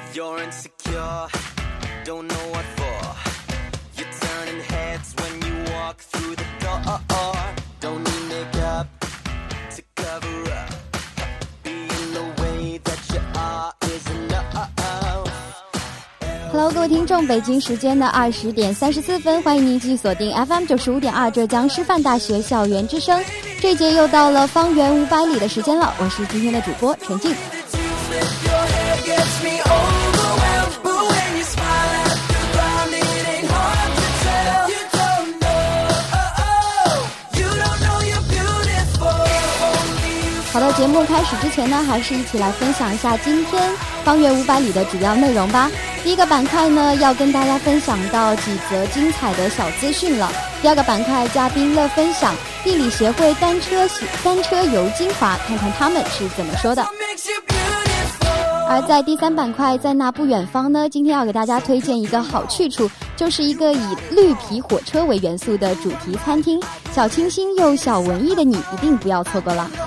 You're insecure, don't know what for. You're turning heads when you walk through the door. Don't need makeup to cover up. Being the way that you are is enough. Hello， 各位听众，北京时间的20点34分，欢迎您继续锁定 FM 95.2浙江师范大学校园之声。这一节又到了方圆500里的时间了，我是今天的主播陈静。好的，节目开始之前呢，还是一起来分享一下今天方圆500里的主要内容吧。第一个板块呢，要跟大家分享到几则精彩的小资讯了。第二个板块，嘉宾乐分享地理协会单车游精华，看看他们是怎么说的。而在第三板块，在那不远方呢，今天要给大家推荐一个好去处，就是一个以绿皮火车为元素的主题餐厅，小清新又小文艺的你一定不要错过了。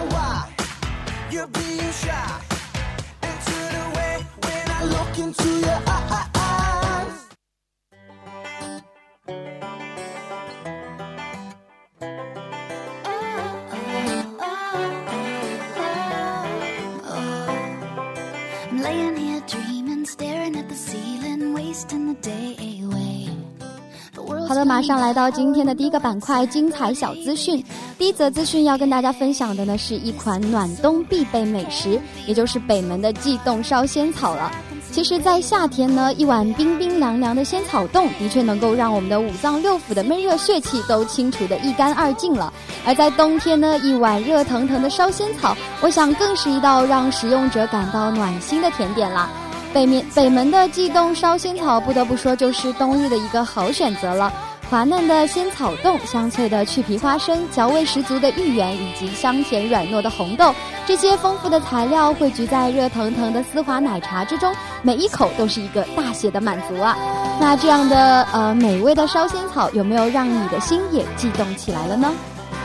好的，马上来到今天的第一个板块，精彩小资讯。第一则资讯要跟大家分享的呢，是一款暖冬必备美食，也就是北门的季冻烧仙草了。其实在夏天呢，一碗冰冰凉凉的仙草冻的确能够让我们的五脏六腑的闷热血气都清除得一干二净了。而在冬天呢，一碗热腾腾的烧仙草，我想更是一道让食用者感到暖心的甜点啦。北门的季冻烧仙草不得不说就是冬日的一个好选择了。滑嫩的仙草冻，香脆的去皮花生，嚼味十足的芋圆，以及香甜软糯的红豆，这些丰富的材料汇聚在热腾腾的丝滑奶茶之中，每一口都是一个大写的满足啊！那这样的美味的烧仙草，有没有让你的心也悸动起来了呢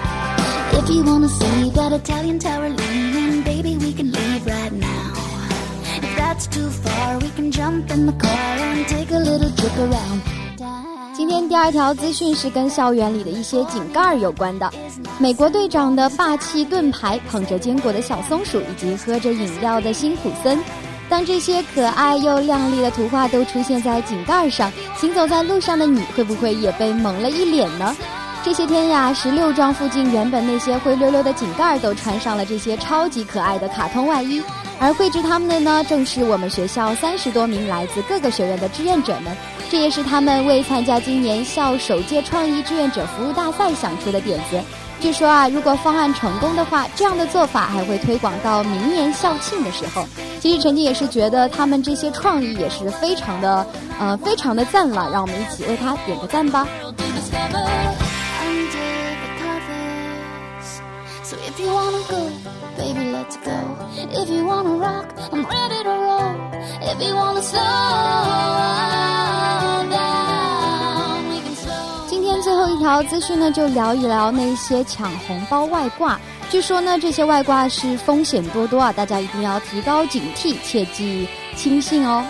？If you wanna see that Italian tower leaning, baby, we can leave right now. If that's too far, we can jump in the car and take a little trip around. 今天第二条资讯是跟校园里的一些井盖有关的。美国队长的霸气盾牌，捧着坚果的小松鼠，以及喝着饮料的辛普森。当这些可爱又亮丽的图画都出现在井盖上，行走在路上的你会不会也被蒙了一脸呢？这些天呀，16庄附近原本那些灰溜溜的井盖都穿上了这些超级可爱的卡通外衣，而绘制他们的呢，正是我们学校30多名来自各个学院的志愿者们。这也是他们为参加今年校首届创意志愿者服务大赛想出的点子。据说啊，如果方案成功的话，这样的做法还会推广到明年校庆的时候。其实陈静也是觉得他们这些创意也是非常的赞了，让我们一起为他点个赞吧。So if you wanna go, baby, let's go. If you wanna rock, I'm ready to roll. If you wanna slow down, we can slow. 今天最后一条资讯呢，就聊一聊那些抢红包外挂。据说呢，这些外挂是风险多多啊，大家一定要提高警惕，切忌轻信哦。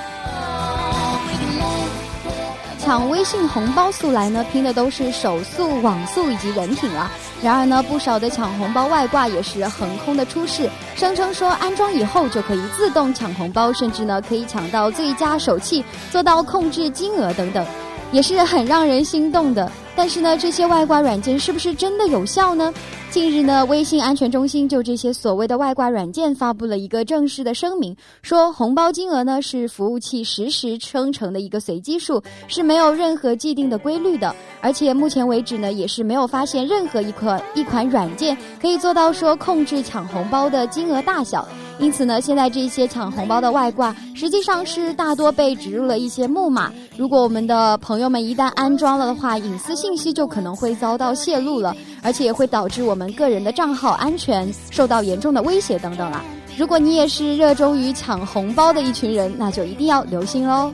抢微信红包速来呢，拼的都是手速、网速以及人品了。然而呢，不少的抢红包外挂也是横空的出世，声称说安装以后就可以自动抢红包，甚至呢可以抢到最佳手气，做到控制金额等等，也是很让人心动的。但是呢，这些外挂软件是不是真的有效呢？近日呢，微信安全中心就这些所谓的外挂软件发布了一个正式的声明，说红包金额呢是服务器实时生成的一个随机数，是没有任何既定的规律的，而且目前为止呢也是没有发现任何一款软件可以做到说控制抢红包的金额大小。因此呢，现在这些抢红包的外挂实际上是大多被植入了一些木马，如果我们的朋友们一旦安装了的话，隐私信息就可能会遭到泄露了，而且也会导致我们个人的账号安全受到严重的威胁等等啦。如果你也是热衷于抢红包的一群人，那就一定要留心咯。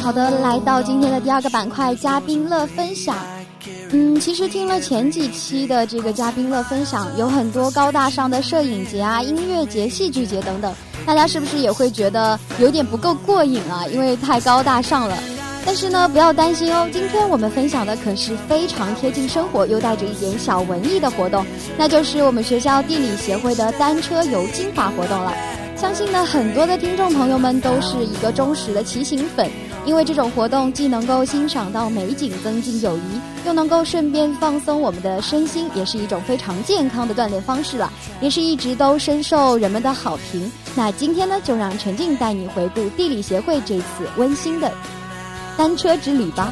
好的，来到今天的第二个板块，嘉宾乐分享。其实听了前几期的这个嘉宾乐分享，有很多高大上的摄影节啊、音乐节、戏剧节等等，大家是不是也会觉得有点不够过瘾啊？因为太高大上了。但是呢，不要担心哦，今天我们分享的可是非常贴近生活，又带着一点小文艺的活动，那就是我们学校地理协会的单车游金华活动了。相信呢，很多的听众朋友们都是一个忠实的骑行粉，因为这种活动既能够欣赏到美景，增进友谊，又能够顺便放松我们的身心，也是一种非常健康的锻炼方式了，也是一直都深受人们的好评。那今天呢，就让陈静带你回顾地理协会这次温馨的单车之旅吧。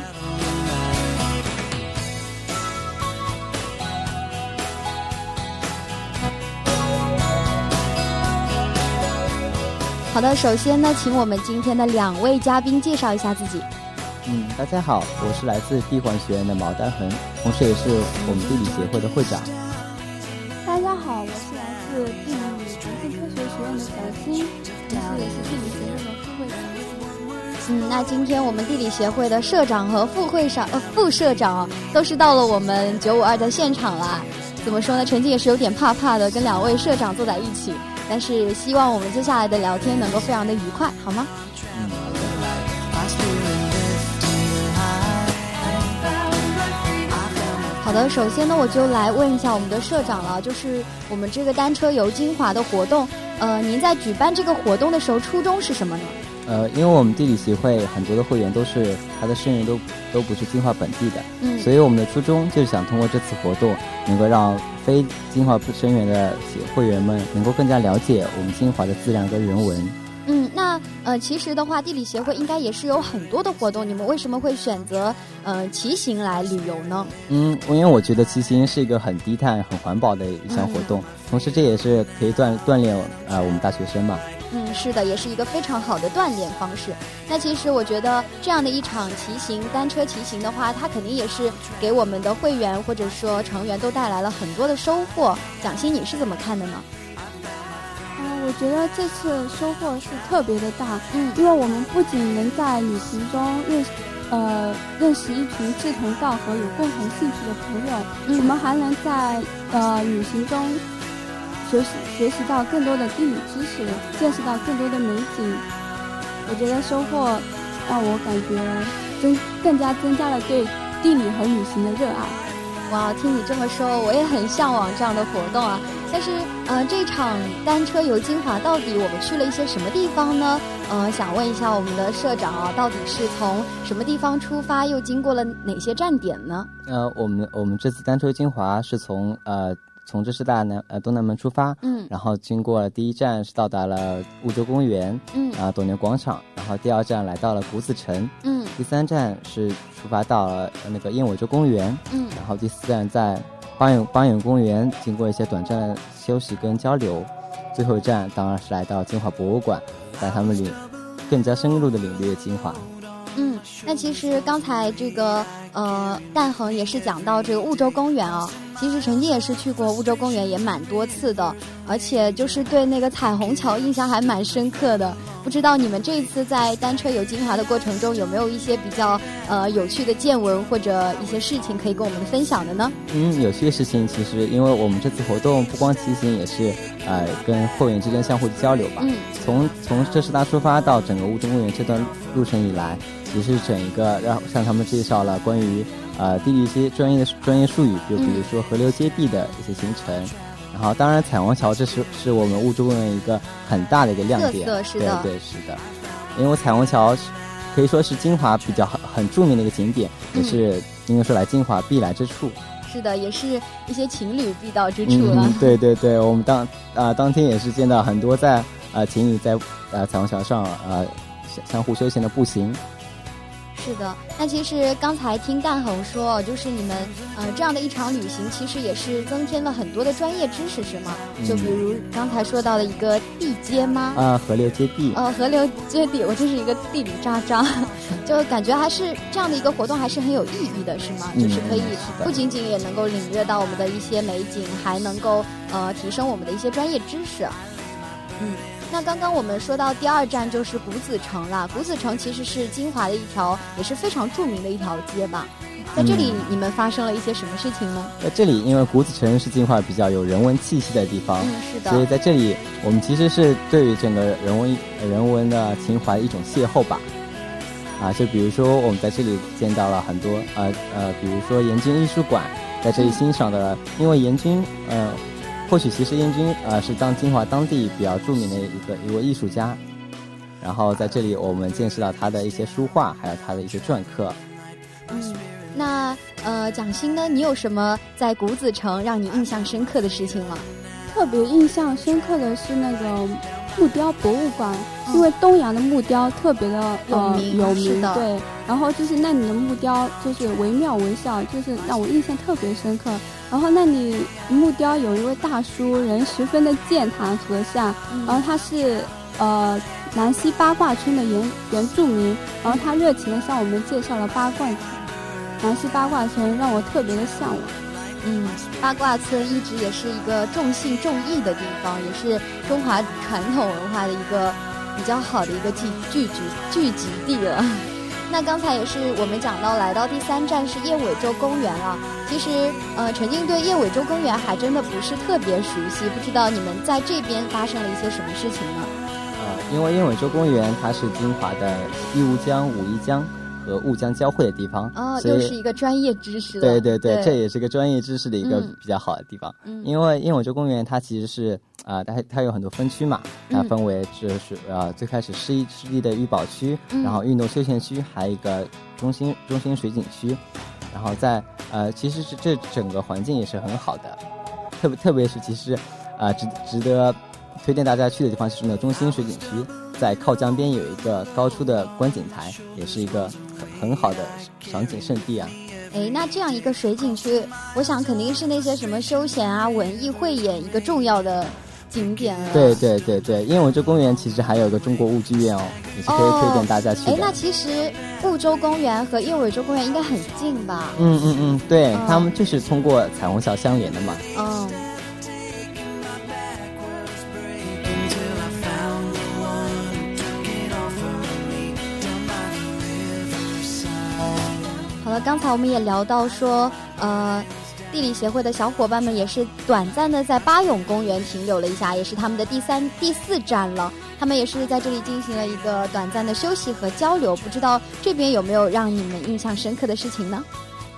好的，首先呢，请我们今天的2位嘉宾介绍一下自己。 大家好，我是来自地环学院的毛丹恒，同时也是我们地理协会的会长。 大家好，我是来自地理环境科学学院的小新，同时也是地理协会的副会长。 那今天我们地理协会的社长和副社长都是到了我们952的现场啦。怎么说呢，陈静也是有点怕怕的，跟2位社长坐在一起，但是希望我们接下来的聊天能够非常的愉快，好吗？好的，首先呢，我就来问一下我们的社长了，就是我们这个单车游金华的活动，您在举办这个活动的时候，初衷是什么呢？ 因为我们地理协会很多的会员都是他的生源都不是金华本地的，所以我们的初衷就是想通过这次活动，能够让非金华生源的会员们能够更加了解我们金华的自然跟人文。 那其实的话，地理协会应该也是有很多的活动，你们为什么会选择骑行来旅游呢？ 因为我觉得骑行是一个很低碳、很环保的一项活动，同时这也是可以锻炼我们大学生嘛。 是的，也是一个非常好的锻炼方式。那其实我觉得这样的一场单车骑行的话，它肯定也是给我们的会员或者说成员都带来了很多的收获。蒋欣，你是怎么看的呢？ 我觉得这次收获是特别的大，因为我们不仅能在旅行中认识一群志同道合、有共同兴趣的朋友，我们还能在旅行中学习到更多的地理知识，见识到更多的美景。我觉得收获让我感觉更加增加了对地理和旅行的热爱。 哇，听你这么说，我也很向往这样的活动啊。但是这场单车游金华到底我们去了一些什么地方呢？想问一下我们的社长啊，到底是从什么地方出发，又经过了哪些站点呢？ 我们这次单车游金华是从浙师大东南门出发，然后经过第一站是到达了梧州公园，斗牛广场，然后第2站来到了谷子城，第3站是出发到了那个燕尾洲公园，然后第4站在邦远公园经过一些短暂的休息跟交流，最后一站当然是来到金华博物馆，带他们更加深入的领略金华。 那其实刚才这个蛋恒也是讲到这个梧州公园啊，其实陈静也是去过梧州公园也蛮多次的，而且就是对那个彩虹桥印象还蛮深刻的。不知道你们这一次在单车游金华的过程中有没有一些比较有趣的见闻或者一些事情可以跟我们分享的呢？ 有趣的事情，其实因为我们这次活动不光骑行，也是跟会员之间相互的交流吧。从浙师大出发到整个梧州公园这段路程以来，其实整一个向他们介绍了关于地理一些专业术语，比如说河流接地的一些行程。然后当然彩虹桥这是我们梧州公园一个很大的一个亮点， 特色是的， 对，是的。因为彩虹桥可以说是金华比较很著名的一个景点，也是应该说来金华必来之处。 是的，也是一些情侣必到之处了。 对，我们当天也是见到很多情侣在彩虹桥上相互休闲的步行。 是的，那其实刚才听蛋恒说，就是你们这样的一场旅行，其实也是增添了很多的专业知识，是吗？就比如刚才说到的一个地接吗？ 河流接地。 河流接地，我真是一个地理渣渣，就感觉还是这样的一个活动还是很有意义的，是吗？就是可以不仅仅也能够领略到我们的一些美景，还能够提升我们的一些专业知识。 那刚刚我们说到第2站就是谷子城了，谷子城其实是金华的一条也是非常著名的一条街吧。在这里你们发生了一些什么事情呢？ 在这里，因为谷子城是金华比较有人文气息的地方， 是的， 所以在这里我们其实是对于整个人文的情怀一种邂逅吧。就比如说我们在这里见到了很多比如说严军艺术馆，在这里欣赏的，因为严军或许其实严军是金华当地比较著名的一位艺术家，然后在这里我们见识到他的一些书画，还有他的一些篆刻。 那蒋欣呢？你有什么在谷子城让你印象深刻的事情吗？ 特别印象深刻的是那个木雕博物馆，因为东阳的木雕特别的有名，对。然后就是那里的木雕就是惟妙惟肖，就是让我印象特别深刻。然后那里木雕有一位大叔，人十分的健谈和善，然后他是南溪八卦村的原住民，然后他热情的向我们介绍了南溪八卦村，让我特别的向往。 八卦村一直也是一个重信重义的地方，也是中华传统文化的一个比较好的一个聚集地了。那刚才也是我们讲到来到第3站是燕尾洲公园了。其实陈静对燕尾洲公园还真的不是特别熟悉，不知道你们在这边发生了一些什么事情呢？ 因为燕尾洲公园它是金华的义乌江、武义江和雾江交汇的地方， 又是一个专业知识了。 对，这也是个专业知识的一个比较好的地方。因为燕尾洲公园它其实是它有很多分区嘛，它分为就是最开始湿地的预保区，然后运动休闲区，还有一个中心水景区，然后在其实是这整个环境也是很好的，特别是其实值得推荐大家去的地方就是那个中心水景区，在靠江边有一个高出的观景台，也是一个很好的赏景胜地啊。 那这样一个水景区，我想肯定是那些什么休闲啊、文艺汇演一个重要的景点了。 对，燕尾洲公园其实还有个中国物剧院也是可以推荐大家去的。 那其实雾洲公园和燕尾洲公园应该很近吧？ 对，他们就是通过彩虹桥相连的嘛。 好了，刚才我们也聊到说，地理协会的小伙伴们也是短暂的在巴永公园停留了一下，也是他们的第4站了。他们也是在这里进行了一个短暂的休息和交流，不知道这边有没有让你们印象深刻的事情呢？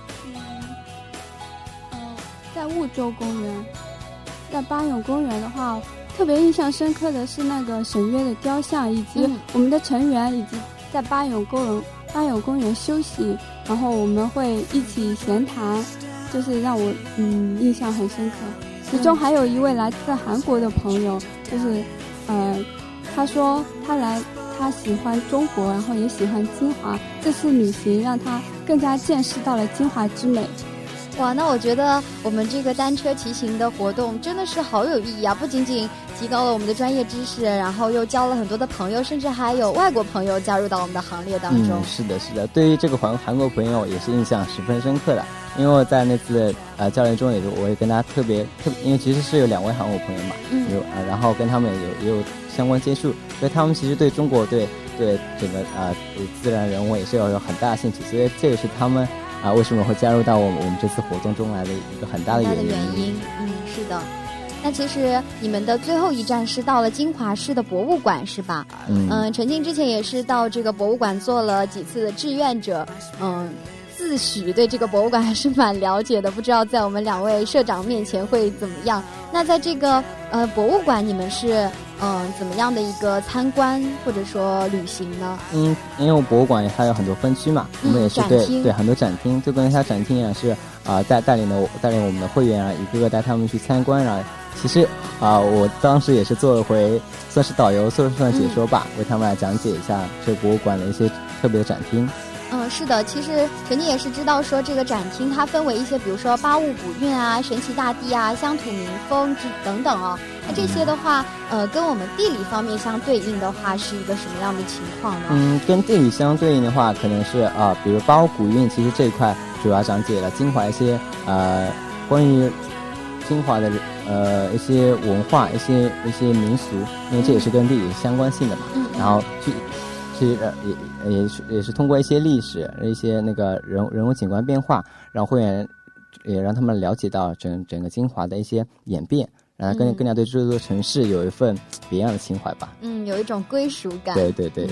在雾洲公园，在巴永公园的话，特别印象深刻的是那个沈约的雕像，以及我们的成员以及在巴永公园休息，然后我们会一起闲谈，就是让我印象很深刻。其中还有一位来自韩国的朋友，就是他说他喜欢中国，然后也喜欢金华，这次旅行让他更加见识到了金华之美。 哇，那我觉得我们这个单车骑行的活动真的是好有意义啊！不仅仅提高了我们的专业知识，然后又交了很多的朋友，甚至还有外国朋友加入到我们的行列当中。 是的，对于这个韩国朋友也是印象十分深刻的。因为我在那次教练中我也跟他特别，因为其实是有2位韩国朋友嘛，然后跟他们也有相关接触，所以他们其实对中国对整个自然人文也是有很大的兴趣，所以这也是他们为什么会加入到我们这次活动中来的一个很大的原因。 是的。那其实你们的最后一站是到了金华市的博物馆是吧？陈静之前也是到这个博物馆做了几次的志愿者，自诩对这个博物馆还是蛮了解的，不知道在我们2位社长面前会怎么样。那在这个博物馆你们是怎么样的一个参观或者说旅行呢？ 因为博物馆它有很多分区嘛，我们也是对很多展厅，就跟它展厅也是带领我们的会员一个个带他们去参观。然后其实我当时也是做了回算是导游，算解说吧，为他们来讲解一下这个博物馆的一些特别的展厅。 是的，其实陈静也是知道说这个展厅它分为一些，比如说八物古韵啊、神奇大地啊、乡土民风等等啊。那这些的话，跟我们地理方面相对应的话，是一个什么样的情况呢？ 跟地理相对应的话，可能是比如八物古韵，其实这一块主要讲解了金华一些关于金华的一些文化、一些民俗，因为这也是跟地理相关性的嘛。然后也是通过一些历史、一些那个人物景观变化，让会员也让他们了解到整个金华的一些演变，让他更加对这座城市有一份别样的情怀吧。 有一种归属感。 对对对。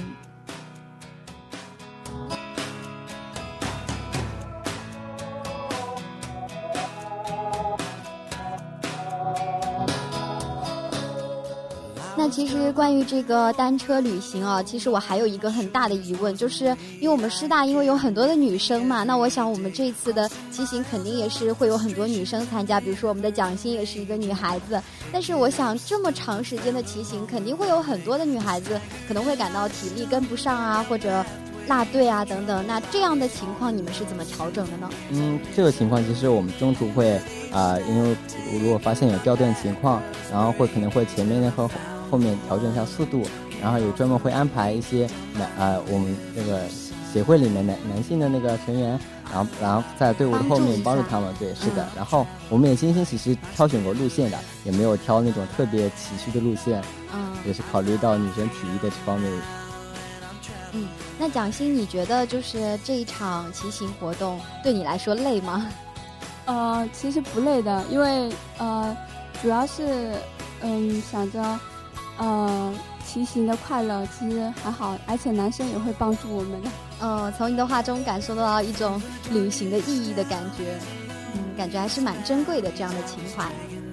那其实关于这个单车旅行啊，其实我还有一个很大的疑问，就是因为我们师大因为有很多的女生嘛，那我想我们这次的骑行肯定也是会有很多女生参加，比如说我们的蒋欣也是一个女孩子，但是我想这么长时间的骑行，肯定会有很多的女孩子可能会感到体力跟不上啊，或者落队啊等等，那这样的情况你们是怎么调整的呢？ 这个情况其实我们中途会因为如果发现有掉队情况，然后可能会前面和后面调整一下速度，然后也专门会安排一些我们那个协会里面男性的那个成员，然后在队伍的后面帮助他们。对，是的。然后我们也精心其实挑选过路线的，也没有挑那种特别崎岖的路线，也是考虑到女生体力的这方面。 那蒋欣，你觉得就是这一场骑行活动对你来说累吗？ 其实不累的，因为主要是想着骑行的快乐其实还好，而且男生也会帮助我们的。 从你的话中感受到一种旅行的意义的感觉，感觉还是蛮珍贵的这样的情怀。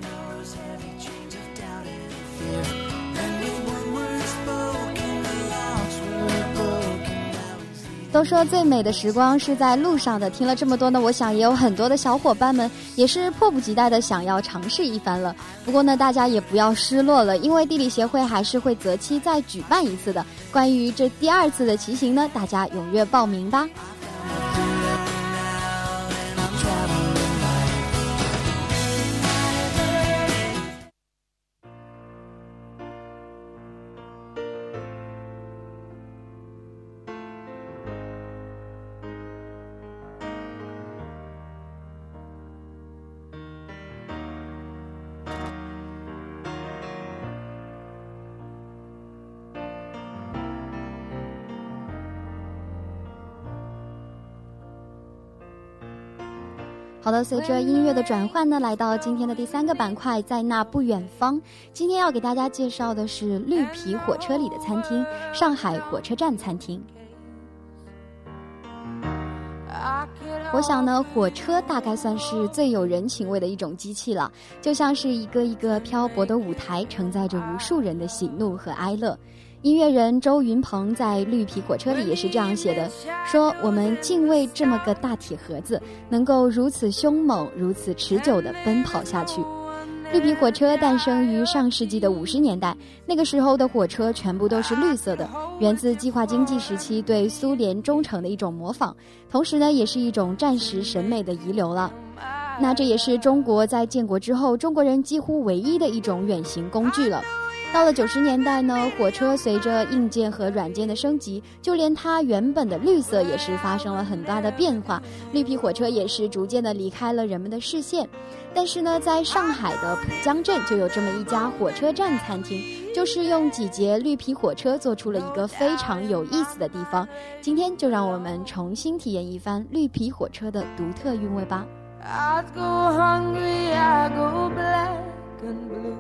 都说最美的时光是在路上的，听了这么多呢，我想也有很多的小伙伴们也是迫不及待的想要尝试一番了。不过呢，大家也不要失落了，因为地理协会还是会择期再举办一次的。关于这第2次的骑行呢，大家踊跃报名吧。好的，随着音乐的转换呢，来到今天的第3个板块，在那不远方。今天要给大家介绍的是绿皮火车里的餐厅——上海火车站餐厅。我想呢，火车大概算是最有人情味的一种机器了，就像是一个一个漂泊的舞台，承载着无数人的喜怒和哀乐。音乐人周云鹏在绿皮火车里也是这样写的，说我们敬畏这么个大铁盒子，能够如此凶猛如此持久地奔跑下去。绿皮火车诞生于上世纪的50年代，那个时候的火车全部都是绿色的，源自计划经济时期对苏联忠诚的一种模仿，同时呢也是一种战时审美的遗留了。那这也是中国在建国之后中国人几乎唯一的一种远行工具了。到了90年代呢，火车随着硬件和软件的升级，就连它原本的绿色也是发生了很大的变化，绿皮火车也是逐渐的离开了人们的视线。但是呢，在上海的浦江镇就有这么一家火车站餐厅，就是用几节绿皮火车做出了一个非常有意思的地方。今天就让我们重新体验一番绿皮火车的独特韵味吧。I go hungry, I go black and blue。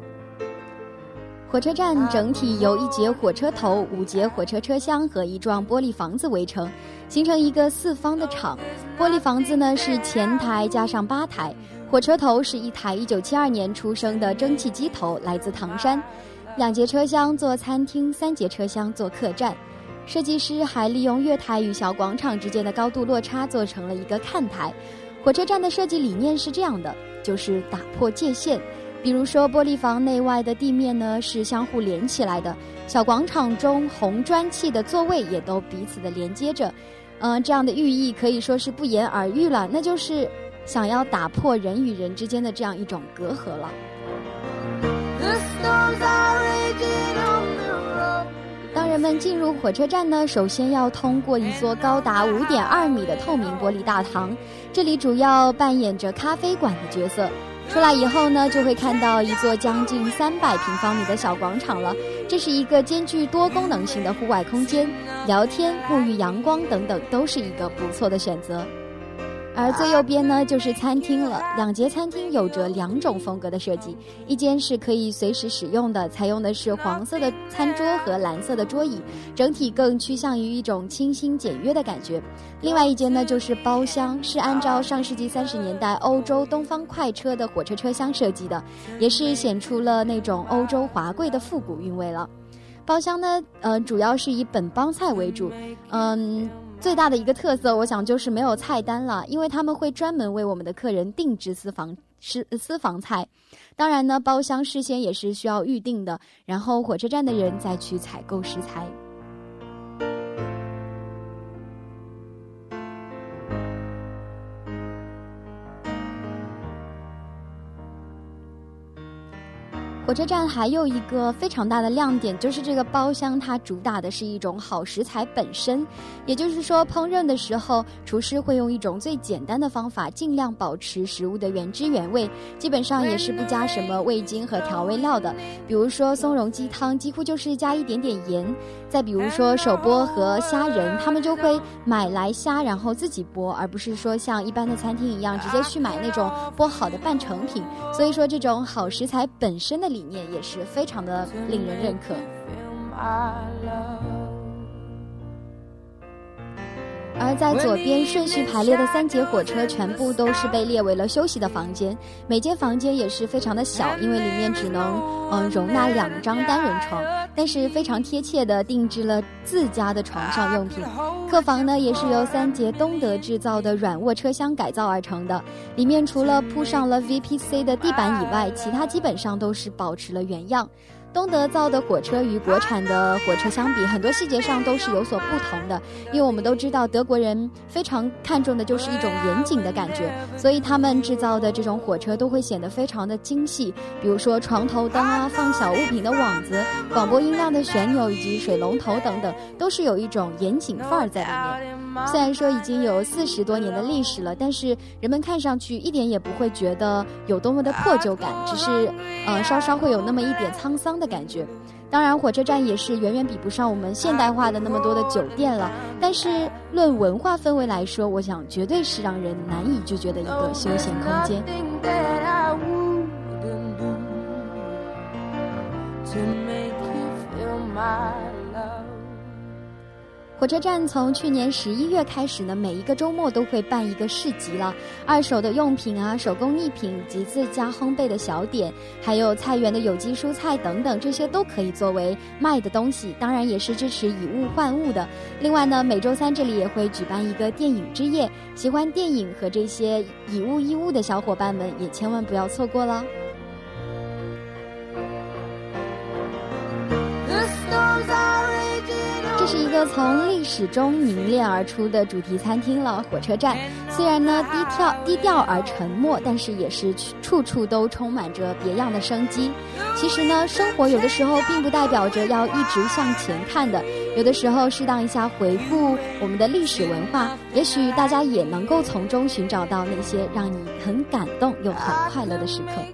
火车站整体由1节火车头、5节火车车厢和一幢玻璃房子围成，形成一个4方的场。玻璃房子呢是前台加上吧台，火车头是一台1972年出生的蒸汽机头，来自唐山。2节车厢做餐厅，3节车厢做客栈。设计师还利用月台与小广场之间的高度落差做成了一个看台。火车站的设计理念是这样的，就是打破界限。比如说玻璃房内外的地面呢是相互连起来的，小广场中红砖砌的座位也都彼此的连接着，这样的寓意可以说是不言而喻了，那就是想要打破人与人之间的这样一种隔阂了。当人们进入火车站呢，首先要通过一座高达5.2米的透明玻璃大堂，这里主要扮演着咖啡馆的角色。 出来以后呢，就会看到一座将近300平方米的小广场了。这是一个兼具多功能性的户外空间，聊天、沐浴阳光等等都是一个不错的选择。而最右边呢就是餐厅了，2节餐厅有着2种风格的设计，一间是可以随时使用的，采用的是黄色的餐桌和蓝色的桌椅，整体更趋向于一种清新简约的感觉。另外一间呢就是包厢，是按照上世纪30年代欧洲东方快车的火车车厢设计的，也是显出了那种欧洲华贵的复古韵味了。包厢呢主要是以本帮菜为主，最大的一个特色我想就是没有菜单了，因为他们会专门为我们的客人定制私房菜。当然呢，包厢事先也是需要预定的，然后火车站的人再去采购食材。火车站还有一个非常大的亮点，就是这个包厢它主打的是一种好食材本身，也就是说烹饪的时候，厨师会用一种最简单的方法，尽量保持食物的原汁原味，基本上也是不加什么味精和调味料的。比如说松茸鸡汤几乎就是加一点点盐，再比如说手剥和虾仁，他们就会买来虾然后自己剥，而不是说像一般的餐厅一样直接去买那种剥好的半成品。所以说这种好食材本身的理念也是非常的令人认可。而在左边顺序排列的3节火车全部都是被列为了休息的房间，每间房间也是非常的小，因为里面只能容纳2张单人床，但是非常贴切的定制了自家的床上用品。客房呢也是由3节东德制造的软卧车厢改造而成的，里面除了铺上了 VPC 的地板以外，其他基本上都是保持了原样。东德造的火车与国产的火车相比，很多细节上都是有所不同的，因为我们都知道德国人非常看重的就是一种严谨的感觉，所以他们制造的这种火车都会显得非常的精细，比如说床头灯啊、放小物品的网子、广播音量的旋钮以及水龙头等等，都是有一种严谨范儿在里面。虽然说已经有40多年的历史了，但是人们看上去一点也不会觉得有多么的破旧感，只是稍稍会有那么一点沧桑的感觉。当然火车站也是远远比不上我们现代化的那么多的酒店了，但是论文化氛围来说，我想绝对是让人难以拒绝的一个休闲空间。火车站从去年11月开始呢，每一个周末都会办一个市集了，二手的用品啊、手工艺品以及自家烘焙的小点，还有菜园的有机蔬菜等等，这些都可以作为卖的东西，当然也是支持以物换物的。另外呢，每周3这里也会举办一个电影之夜，喜欢电影和这些以物易物的小伙伴们也千万不要错过了。这是一个从历史中凝练而出的主题餐厅了，火车站。虽然呢低调而沉默，但是也是处处都充满着别样的生机。其实呢，生活有的时候并不代表着要一直向前看的，有的时候适当一下回顾我们的历史文化，也许大家也能够从中寻找到那些让你很感动又很快乐的时刻。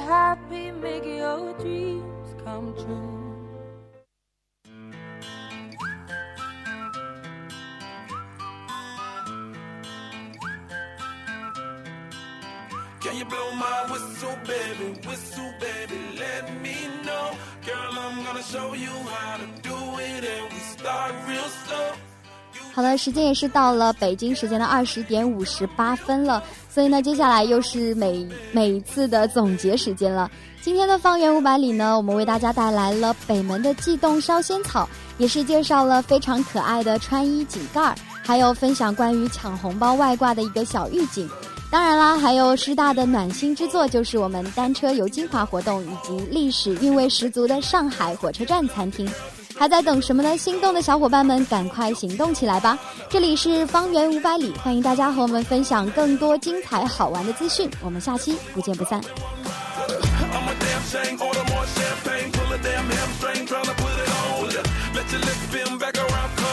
Can you blow my whistle, baby, let me know. Girl, I'm gonna show you how to do it and we start real slow. 好了，时间也是到了北京时间的20点58分了，所以呢，接下来又是每次的总结时间了。今天的方圆500里呢，我们为大家带来了北门的悸动烧仙草，也是介绍了非常可爱的穿衣井盖，还有分享关于抢红包外挂的一个小预警。当然啦，还有师大的暖心之作，就是我们单车游金华活动以及历史韵味十足的上海火车站餐厅。还在等什么呢？心动的小伙伴们赶快行动起来吧！这里是方圆500里，欢迎大家和我们分享更多精彩好玩的资讯，我们下期不见不散。 Let your lips spin back around.